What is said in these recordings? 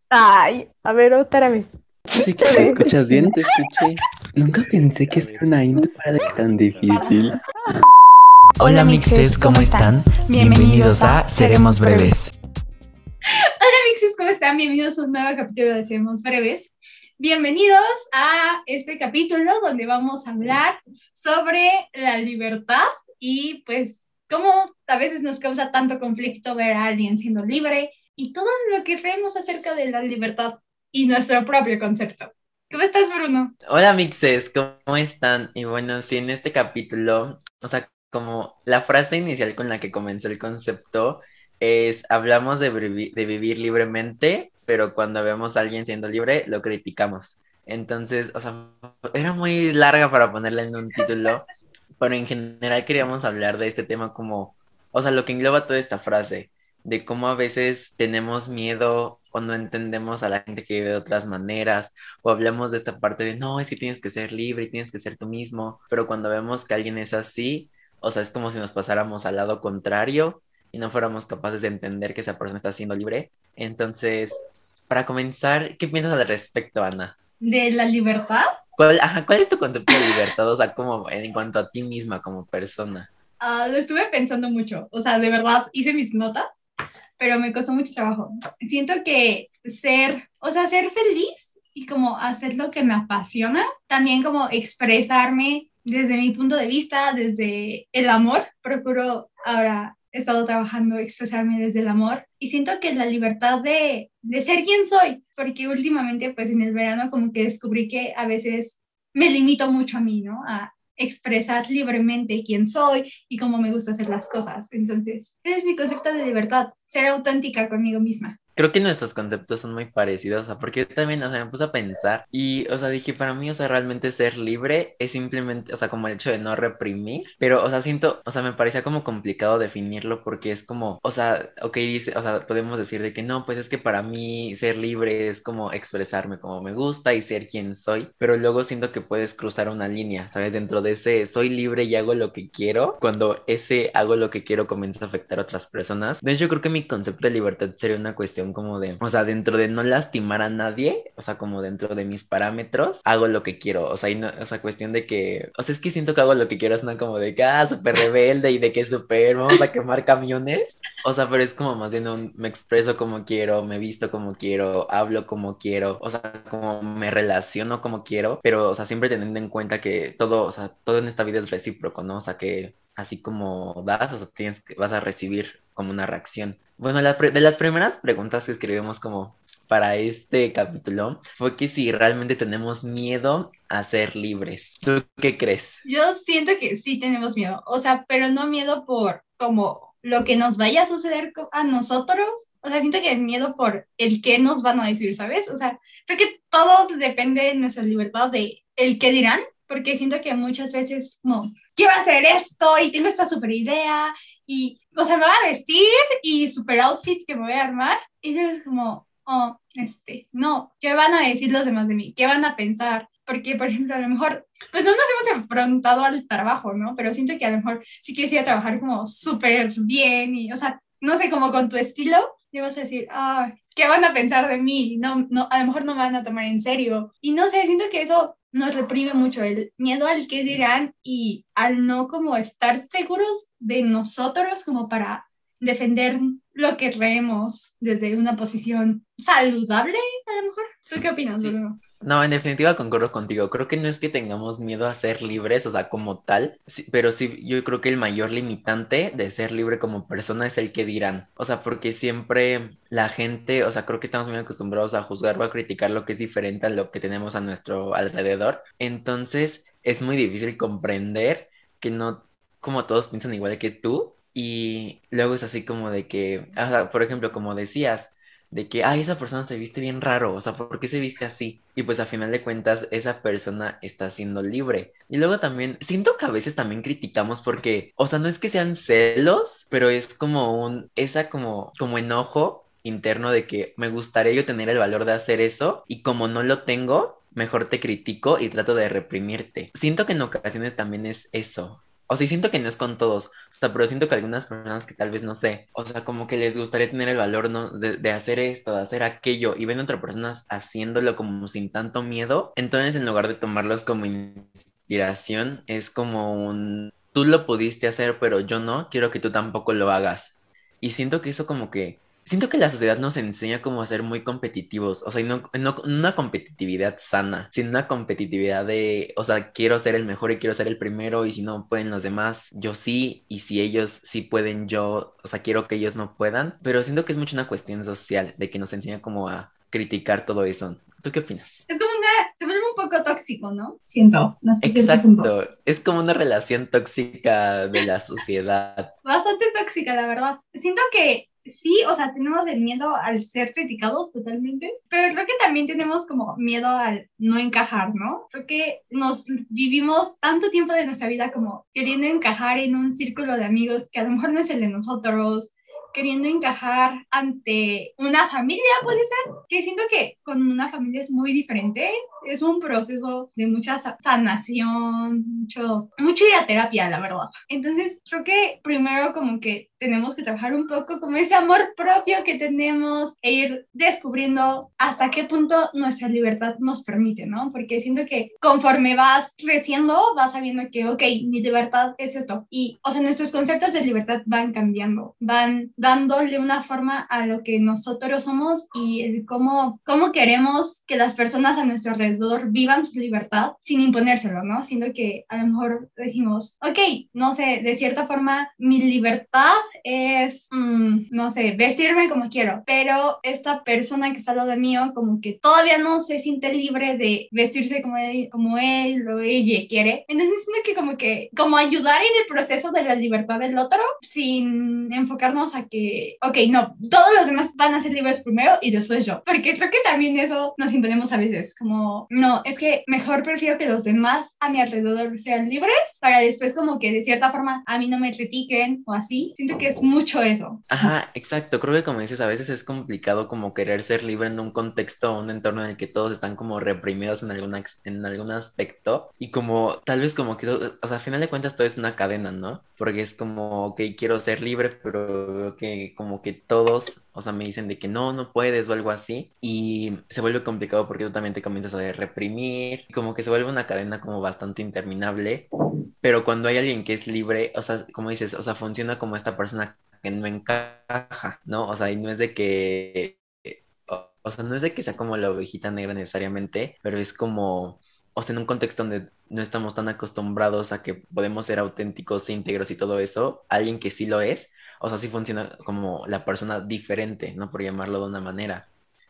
Ay, a ver, otra vez. Sí, Otra ¿me vez. escuchas bien? Te escuché. Nunca pensé que hacer una intro era tan difícil. Hola mixes, ¿cómo están? Bienvenidos a Seremos Breves. Hola mixes, ¿cómo están? Bienvenidos a un nuevo capítulo de Seremos Breves. Bienvenidos a este capítulo donde vamos a hablar sobre la libertad y pues cómo a veces nos causa tanto conflicto ver a alguien siendo libre y todo lo que creemos acerca de la libertad y nuestro propio concepto. ¿Cómo estás, Bruno? Hola mixes, ¿cómo están? Y bueno, sí, en este capítulo, o sea, como la frase inicial con la que comenzó el concepto es, hablamos de vivir libremente, pero cuando vemos a alguien siendo libre, lo criticamos. Entonces, o sea, era muy larga para ponerla en un título, pero en general queríamos hablar de este tema como, o sea, lo que engloba toda esta frase, de cómo a veces tenemos miedo o no entendemos a la gente que vive de otras maneras, o hablamos de esta parte de, no, es que tienes que ser libre y tienes que ser tú mismo, pero cuando vemos que alguien es así, o sea, es como si nos pasáramos al lado contrario y no fuéramos capaces de entender que esa persona está siendo libre. Entonces, para comenzar, ¿qué piensas al respecto, Ana? ¿De la libertad? ¿Cuál es tu concepto de libertad? O sea, como en cuanto a ti misma como persona. Lo estuve pensando mucho, o sea, de verdad hice mis notas pero me costó mucho trabajo. Siento que ser feliz y como hacer lo que me apasiona, también como expresarme desde mi punto de vista, desde el amor. Procuro ahora he estado trabajando expresarme desde el amor y siento que la libertad de ser quien soy, porque últimamente pues en el verano como que descubrí que a veces me limito mucho a mí, ¿no? A expresar libremente quién soy y cómo me gusta hacer las cosas. Entonces, ese es mi concepto de libertad, ser auténtica conmigo misma. Creo que nuestros conceptos son muy parecidos, o sea, porque yo también, o sea, me puse a pensar y, o sea, dije, para mí, o sea, realmente ser libre es simplemente, o sea, como el hecho de no reprimir, pero, o sea, siento, o sea, me parecía como complicado definirlo porque es como, o sea, ok, dice, o sea, podemos decir de que no, pues es que para mí ser libre es como expresarme como me gusta y ser quien soy, pero luego siento que puedes cruzar una línea, ¿sabes? Dentro de ese soy libre y hago lo que quiero, cuando ese hago lo que quiero comienza a afectar a otras personas. De hecho, yo creo que mi concepto de libertad sería una cuestión como de, o sea, dentro de no lastimar a nadie, o sea, como dentro de mis parámetros, hago lo que quiero, o sea, y no, o sea, cuestión de que, o sea, es que siento que hago lo que quiero, es una como de que, súper rebelde y de que súper, vamos a quemar camiones, o sea, pero es como más bien un, me expreso como quiero, me visto como quiero, hablo como quiero, o sea, como me relaciono como quiero, pero, o sea, siempre teniendo en cuenta que todo, o sea, todo en esta vida es recíproco, ¿no? O sea, que así como das, o sea, vas a recibir como una reacción. Bueno, de las primeras preguntas que escribimos como para este capítulo fue que si realmente tenemos miedo a ser libres. ¿Tú qué crees? Yo siento que sí tenemos miedo, o sea, pero no miedo por como lo que nos vaya a suceder a nosotros, o sea, siento que es miedo por el qué nos van a decir, ¿sabes? O sea, creo que todo depende de nuestra libertad de el qué dirán, porque siento que muchas veces como, quiero hacer esto y tengo esta super idea y, o sea, me voy a vestir y super outfit que me voy a armar y es como, oh, no, ¿qué van a decir los demás de mí? ¿Qué van a pensar? Porque, por ejemplo, a lo mejor pues no nos hemos enfrentado al trabajo, ¿no? Pero siento que a lo mejor sí quisiera trabajar como súper bien y, o sea, no sé, como con tu estilo, y vas a decir, ah, ¿qué van a pensar de mí? No, no, a lo mejor no me van a tomar en serio. Y no sé, siento que eso nos reprime mucho el miedo al qué dirán y al no como estar seguros de nosotros como para defender lo que creemos desde una posición saludable, a lo mejor. ¿Tú qué opinas, Sí. Bruno? No, en definitiva concuerdo contigo. Creo que no es que tengamos miedo a ser libres, o sea, como tal, pero sí, yo creo que el mayor limitante de ser libre como persona es el que dirán. O sea, porque siempre la gente, o sea, creo que estamos muy acostumbrados a juzgar o a criticar lo que es diferente a lo que tenemos a nuestro alrededor. Entonces, es muy difícil comprender que no, como todos piensan igual que tú. Y luego es así como de que, o sea, por ejemplo, como decías de que, ay, esa persona se viste bien raro, o sea, ¿por qué se viste así? Y pues a final de cuentas, esa persona está siendo libre. Y luego también, siento que a veces también criticamos porque, o sea, no es que sean celos, pero es como esa como enojo interno de que me gustaría yo tener el valor de hacer eso y como no lo tengo, mejor te critico y trato de reprimirte. Siento que en ocasiones también es eso. O sea, y siento que no es con todos, o sea, pero siento que algunas personas que tal vez no sé, o sea, como que les gustaría tener el valor, ¿no? De hacer esto, de hacer aquello, y ven a otras personas haciéndolo como sin tanto miedo, entonces en lugar de tomarlos como inspiración, es como un, tú lo pudiste hacer, pero yo no, quiero que tú tampoco lo hagas. Y siento que eso como que siento que la sociedad nos enseña como a ser muy competitivos, o sea, y no una competitividad sana, sino una competitividad de, o sea, quiero ser el mejor y quiero ser el primero, y si no pueden los demás, yo sí, y si ellos sí pueden, yo, o sea, quiero que ellos no puedan, pero siento que es mucho una cuestión social, de que nos enseña como a criticar todo eso. ¿Tú qué opinas? Es como se vuelve un poco tóxico, ¿no? Siento, hasta cierto punto. Exacto, es como una relación tóxica de la sociedad. Bastante tóxica, la verdad. Siento que sí, o sea, tenemos el miedo al ser criticados totalmente, pero creo que también tenemos como miedo al no encajar, ¿no? Creo que nos vivimos tanto tiempo de nuestra vida como queriendo encajar en un círculo de amigos que a lo mejor no es el de nosotros, queriendo encajar ante una familia, puede ser, que siento que con una familia es muy diferente, es un proceso de mucha sanación, mucho ir a terapia, la verdad. Entonces, creo que primero como que tenemos que trabajar un poco como ese amor propio que tenemos e ir descubriendo hasta qué punto nuestra libertad nos permite, ¿no? Porque siento que conforme vas creciendo, vas sabiendo que, ok, mi libertad es esto. Y, o sea, nuestros conceptos de libertad van cambiando, van dándole una forma a lo que nosotros somos y el cómo queremos que las personas a nuestro alrededor vivan su libertad sin imponérselo, ¿no? Siento que a lo mejor decimos, ok, no sé, de cierta forma mi libertad es, no sé, vestirme como quiero, pero esta persona que está al lado mío como que todavía no se siente libre de vestirse como él o ella quiere. Entonces siento que como ayudar en el proceso de la libertad del otro sin enfocarnos a que, ok, no, todos los demás van a ser libres primero y después yo, porque creo que también eso nos imponemos a veces, como, no, es que mejor prefiero que los demás a mi alrededor sean libres para después como que de cierta forma a mí no me critiquen o así. Siento que es mucho eso. Ajá, exacto. Creo que como dices, a veces es complicado como querer ser libre en un contexto o un entorno en el que todos están como reprimidos en algún aspecto y como tal vez como que, o sea, al final de cuentas todo es una cadena, ¿no? Porque es como, ok, quiero ser libre, pero veo que como que todos, o sea, me dicen de que no, no puedes o algo así y se vuelve complicado porque tú también te comienzas a reprimir y como que se vuelve una cadena como bastante interminable. Pero cuando hay alguien que es libre, o sea, como dices, o sea, funciona como esta persona que no encaja, ¿no? O sea, y no es de que, o sea, no es de que sea como la ovejita negra necesariamente, pero es como, o sea, en un contexto donde no estamos tan acostumbrados a que podemos ser auténticos, íntegros y todo eso, alguien que sí lo es, o sea, sí funciona como la persona diferente, ¿no? Por llamarlo de una manera.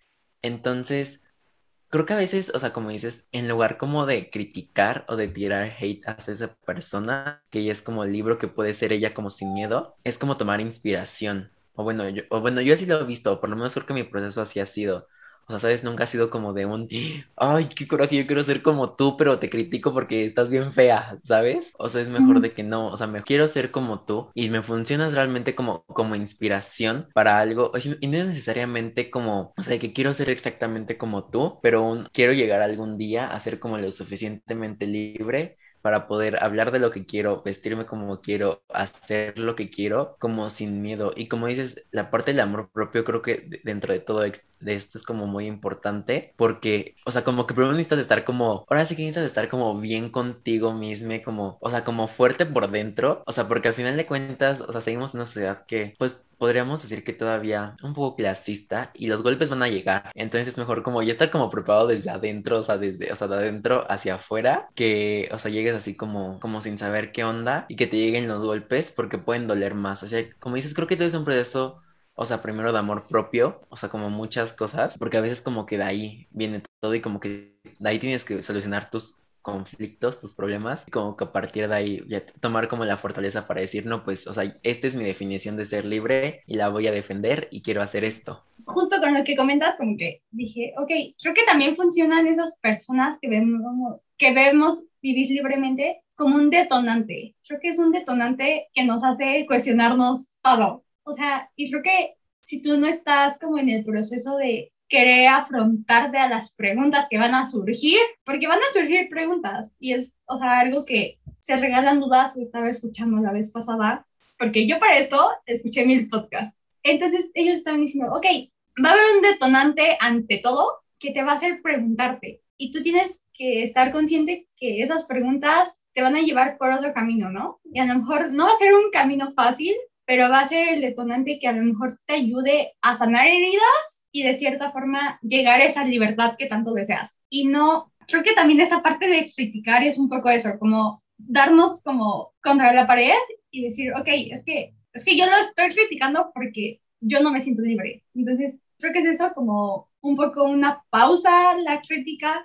Entonces, creo que a veces, o sea, como dices, en lugar como de criticar o de tirar hate hacia esa persona, que ella es como el libro que puede ser ella como sin miedo, es como tomar inspiración. O bueno, yo así lo he visto, o por lo menos creo que mi proceso así ha sido. O sea, ¿sabes? Nunca ha sido como de un, ay, qué coraje, yo quiero ser como tú, pero te critico porque estás bien fea, ¿sabes? O sea, es mejor de que no, o sea, me quiero ser como tú y me funcionas realmente como inspiración para algo, y no es necesariamente como, o sea, de que quiero ser exactamente como tú, pero quiero llegar algún día a ser como lo suficientemente libre para poder hablar de lo que quiero, vestirme como quiero, hacer lo que quiero, como sin miedo. Y como dices, la parte del amor propio creo que dentro de todo de esto es como muy importante, porque, o sea, como que primero necesitas estar como, ahora sí que necesitas estar como bien contigo mismo, como, o sea, como fuerte por dentro, o sea, porque al final de cuentas, o sea, seguimos en una sociedad que, pues, podríamos decir que todavía un poco clasista y los golpes van a llegar. Entonces es mejor como ya estar como preparado desde adentro, o sea, de adentro hacia afuera, que, o sea, llegues así como sin saber qué onda y que te lleguen los golpes porque pueden doler más. O sea, como dices, creo que todo es un proceso. O sea, primero de amor propio, o sea, como muchas cosas, porque a veces como que de ahí viene todo y como que de ahí tienes que solucionar tus conflictos, tus problemas, y como que a partir de ahí ya tomar como la fortaleza para decir, no, pues, o sea, esta es mi definición de ser libre y la voy a defender y quiero hacer esto. Justo con lo que comentas, como que dije, ok, creo que también funcionan esas personas que vemos vivir libremente como un detonante. Creo que es un detonante que nos hace cuestionarnos todo. O sea, y creo que si tú no estás como en el proceso de querer afrontarte a las preguntas que van a surgir, porque van a surgir preguntas y es, o sea, algo que se regalan dudas. Estaba escuchando la vez pasada, porque yo para esto escuché 1000 podcasts. Entonces ellos estaban diciendo, ok, va a haber un detonante ante todo que te va a hacer preguntarte y tú tienes que estar consciente que esas preguntas te van a llevar por otro camino, ¿no? Y a lo mejor no va a ser un camino fácil, pero va a ser el detonante que a lo mejor te ayude a sanar heridas y de cierta forma llegar a esa libertad que tanto deseas. Y no, creo que también esta parte de criticar es un poco eso, como darnos como contra la pared y decir, ok, es que yo lo estoy criticando porque yo no me siento libre. Entonces, creo que es eso como un poco una pausa la crítica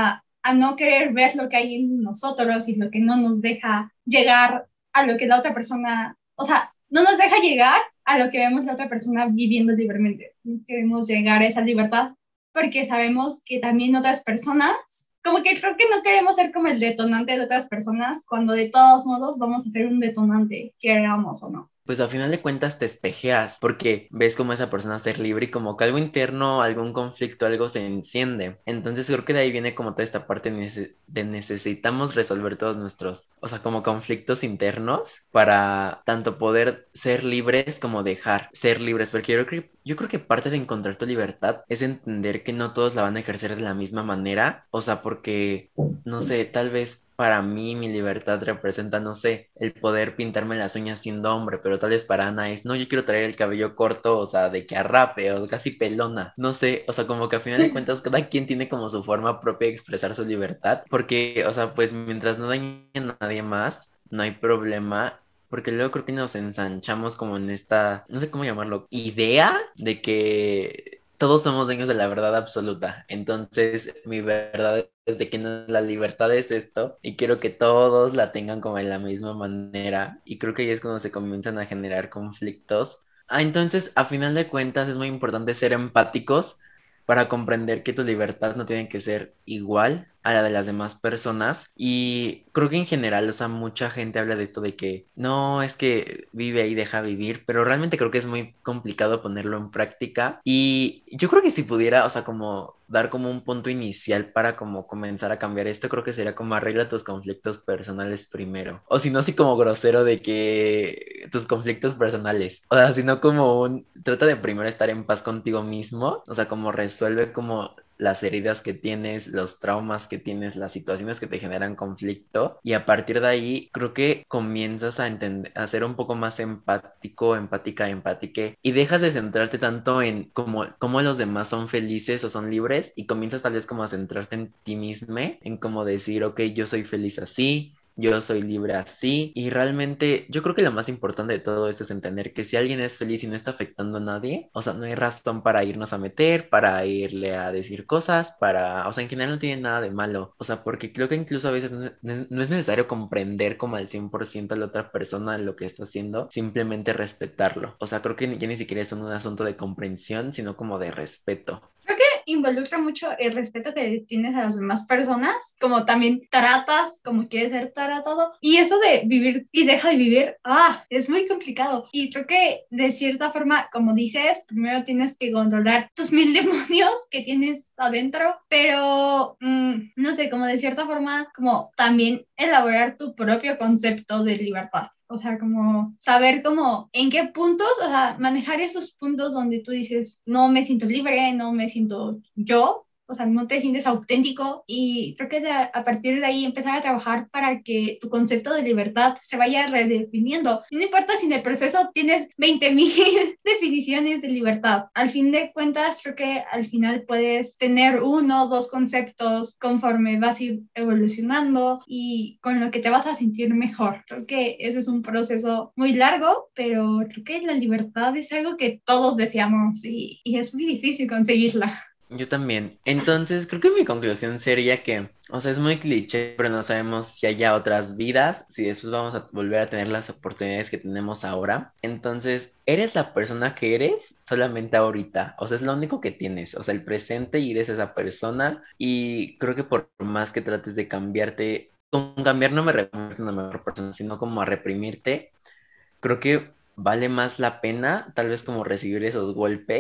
a no querer ver lo que hay en nosotros y lo que no nos deja llegar a lo que la otra persona, o sea, no nos deja llegar a lo que vemos la otra persona viviendo libremente. No queremos llegar a esa libertad porque sabemos que también otras personas, como que creo que no queremos ser como el detonante de otras personas cuando de todos modos vamos a ser un detonante, queramos o no. Pues al final de cuentas te espejeas porque ves como esa persona ser libre y como que algo interno, algún conflicto, algo se enciende. Entonces creo que de ahí viene como toda esta parte de necesitamos resolver todos nuestros, o sea, como conflictos internos para tanto poder ser libres como dejar ser libres. Porque yo creo que parte de encontrar tu libertad es entender que no todos la van a ejercer de la misma manera. O sea, porque, no sé, tal vez para mí mi libertad representa, no sé, el poder pintarme las uñas siendo hombre, pero tal vez para Ana es, no, yo quiero traer el cabello corto, o sea, de que arrape o casi pelona, no sé, o sea, como que a final de cuentas cada quien tiene como su forma propia de expresar su libertad, porque, o sea, pues mientras no dañe a nadie más, no hay problema. Porque luego creo que nos ensanchamos como en esta, no sé cómo llamarlo, idea de que todos somos dueños de la verdad absoluta. Entonces, mi verdad es de que no, la libertad es esto y quiero que todos la tengan como de la misma manera. Y creo que ahí es cuando se comienzan a generar conflictos. Entonces, a final de cuentas, es muy importante ser empáticos para comprender que tu libertad no tiene que ser igual a la de las demás personas. Y creo que en general, o sea, mucha gente habla de esto de que no, es que vive y deja vivir, pero realmente creo que es muy complicado ponerlo en práctica. Y yo creo que si pudiera, o sea, como dar como un punto inicial para como comenzar a cambiar esto, creo que sería como arregla tus conflictos personales primero. O si no, así como grosero de que tus conflictos personales. O sea, sino como un, trata de primero estar en paz contigo mismo, o sea, como resuelve como las heridas que tienes, los traumas que tienes, las situaciones que te generan conflicto y a partir de ahí creo que comienzas a entender, a ser un poco más empático, empática, empátique y dejas de centrarte tanto en cómo los demás son felices o son libres y comienzas tal vez como a centrarte en ti mismo, en cómo decir, ok, yo soy feliz así. Yo soy libre así y realmente yo creo que lo más importante de todo esto es entender que si alguien es feliz y no está afectando a nadie, o sea, no hay razón para irnos a meter, para irle a decir cosas, o sea, en general no tiene nada de malo, o sea, porque creo que incluso a veces no es necesario comprender como al 100% a la otra persona lo que está haciendo, simplemente respetarlo, o sea, creo que ya ni siquiera es un asunto de comprensión, sino como de respeto. Creo que involucra mucho el respeto que tienes a las demás personas, como también tratas como quieres ser tratado. Y eso de vivir y deja de vivir, es muy complicado. Y creo que de cierta forma, como dices, primero tienes que controlar tus 1000 demonios que tienes adentro, pero no sé, como de cierta forma, como también elaborar tu propio concepto de libertad. O sea, como saber como en qué puntos, o sea, manejar esos puntos donde tú dices, no me siento libre, no me siento yo, o sea, no te sientes auténtico y creo que a partir de ahí empezar a trabajar para que tu concepto de libertad se vaya redefiniendo. Y no importa si en el proceso tienes 20,000 definiciones de libertad. Al fin de cuentas, creo que al final puedes tener uno o dos conceptos conforme vas a ir evolucionando y con lo que te vas a sentir mejor. Creo que ese es un proceso muy largo, pero creo que la libertad es algo que todos deseamos y es muy difícil conseguirla. Yo también. Entonces, creo que mi conclusión sería que, o sea, es muy cliché, pero no sabemos si haya otras vidas, si después vamos a volver a tener las oportunidades que tenemos ahora. Entonces, eres la persona que eres solamente ahorita. O sea, es lo único que tienes. O sea, el presente y eres esa persona. Y creo que por más que trates de cambiarte, con cambiar no me refiero a una mejor persona, sino como a reprimirte, creo que vale más la pena tal vez como recibir esos golpes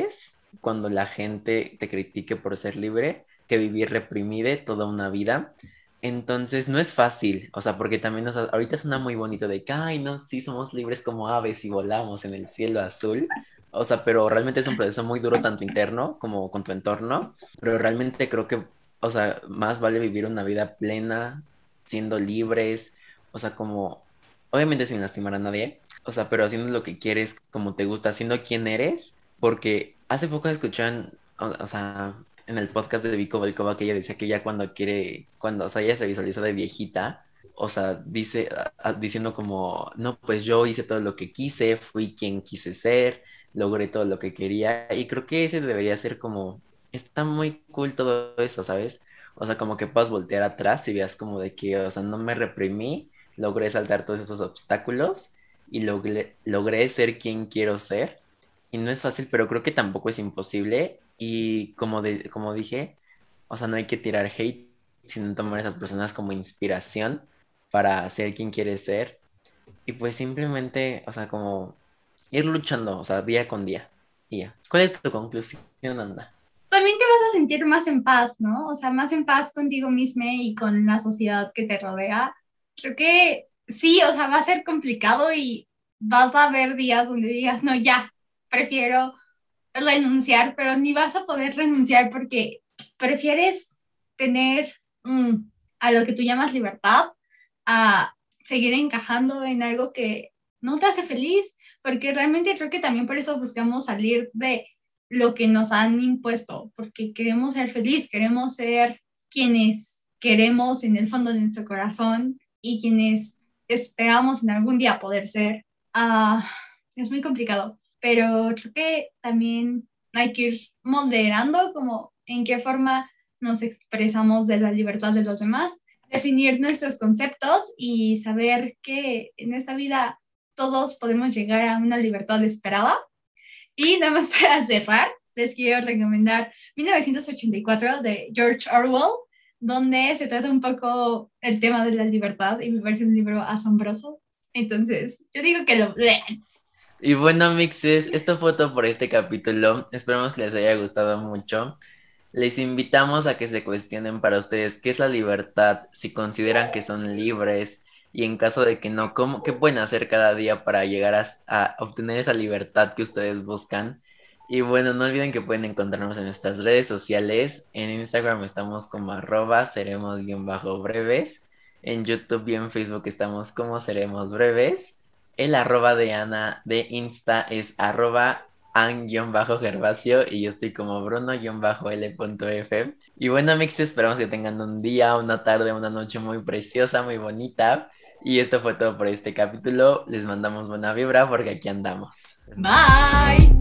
cuando la gente te critique por ser libre que vivir reprimide toda una vida. Entonces no es fácil, o sea, porque también, o sea, ahorita suena muy bonito de que, ay, no, sí, somos libres como aves y volamos en el cielo azul. O sea, pero realmente es un proceso muy duro tanto interno como con tu entorno, pero realmente creo que, o sea, más vale vivir una vida plena, siendo libres, o sea, como, obviamente sin lastimar a nadie, o sea, pero haciendo lo que quieres, como te gusta, siendo quien eres, porque hace poco escuchan, o sea, en el podcast de Vico Volkova que ella decía que ya cuando quiere, cuando, o sea, ella se visualiza de viejita, o sea, dice, diciendo como, no, pues yo hice todo lo que quise, fui quien quise ser, logré todo lo que quería, y creo que ese debería ser como, está muy cool todo eso, ¿sabes? O sea, como que puedas voltear atrás y veas como de que, o sea, no me reprimí, logré saltar todos esos obstáculos y logré ser quien quiero ser. Y no es fácil, pero creo que tampoco es imposible. Y como dije, o sea, no hay que tirar hate, sino tomar a esas personas como inspiración para ser quien quiere ser. Y pues simplemente, o sea, como ir luchando, o sea, día con día. Y ya. ¿Cuál es tu conclusión, Anda? También te vas a sentir más en paz, ¿no? O sea, más en paz contigo misma y con la sociedad que te rodea. Creo que sí, o sea, va a ser complicado y vas a haber días donde digas, no, ya, prefiero renunciar, pero ni vas a poder renunciar porque prefieres tener a lo que tú llamas libertad, a seguir encajando en algo que no te hace feliz, porque realmente creo que también por eso buscamos salir de lo que nos han impuesto, porque queremos ser feliz, queremos ser quienes queremos en el fondo de nuestro corazón y quienes esperamos en algún día poder ser. Es muy complicado, pero creo que también hay que ir moderando como en qué forma nos expresamos de la libertad de los demás, definir nuestros conceptos y saber que en esta vida todos podemos llegar a una libertad esperada. Y nada más para cerrar, les quiero recomendar 1984 de George Orwell, donde se trata un poco el tema de la libertad y me parece un libro asombroso. Entonces, yo digo que lo lean. Y bueno, mixes, esto fue todo por este capítulo. Esperamos que les haya gustado mucho. Les invitamos a que se cuestionen para ustedes qué es la libertad, si consideran que son libres y en caso de que no, qué pueden hacer cada día para llegar a obtener esa libertad que ustedes buscan. Y bueno, no olviden que pueden encontrarnos en nuestras redes sociales. En Instagram estamos como @seremos-breves. En YouTube y en Facebook estamos como seremos breves. El arroba de Ana de Insta es @an-gervasio y yo estoy como bruno-l.f. Y bueno, mix, esperamos que tengan un día, una tarde, una noche muy preciosa, muy bonita. Y esto fue todo por este capítulo. Les mandamos buena vibra porque aquí andamos. Bye.